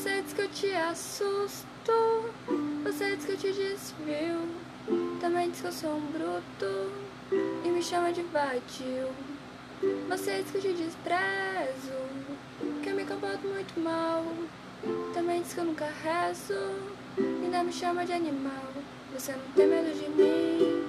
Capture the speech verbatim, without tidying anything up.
Você diz que eu te assusto, você diz que eu te desvio, também diz que eu sou um bruto e me chama de vadio. Você diz que eu te desprezo, que eu me comporto muito mal, também diz que eu nunca rezo, ainda me chama de animal. Você não tem medo de mim,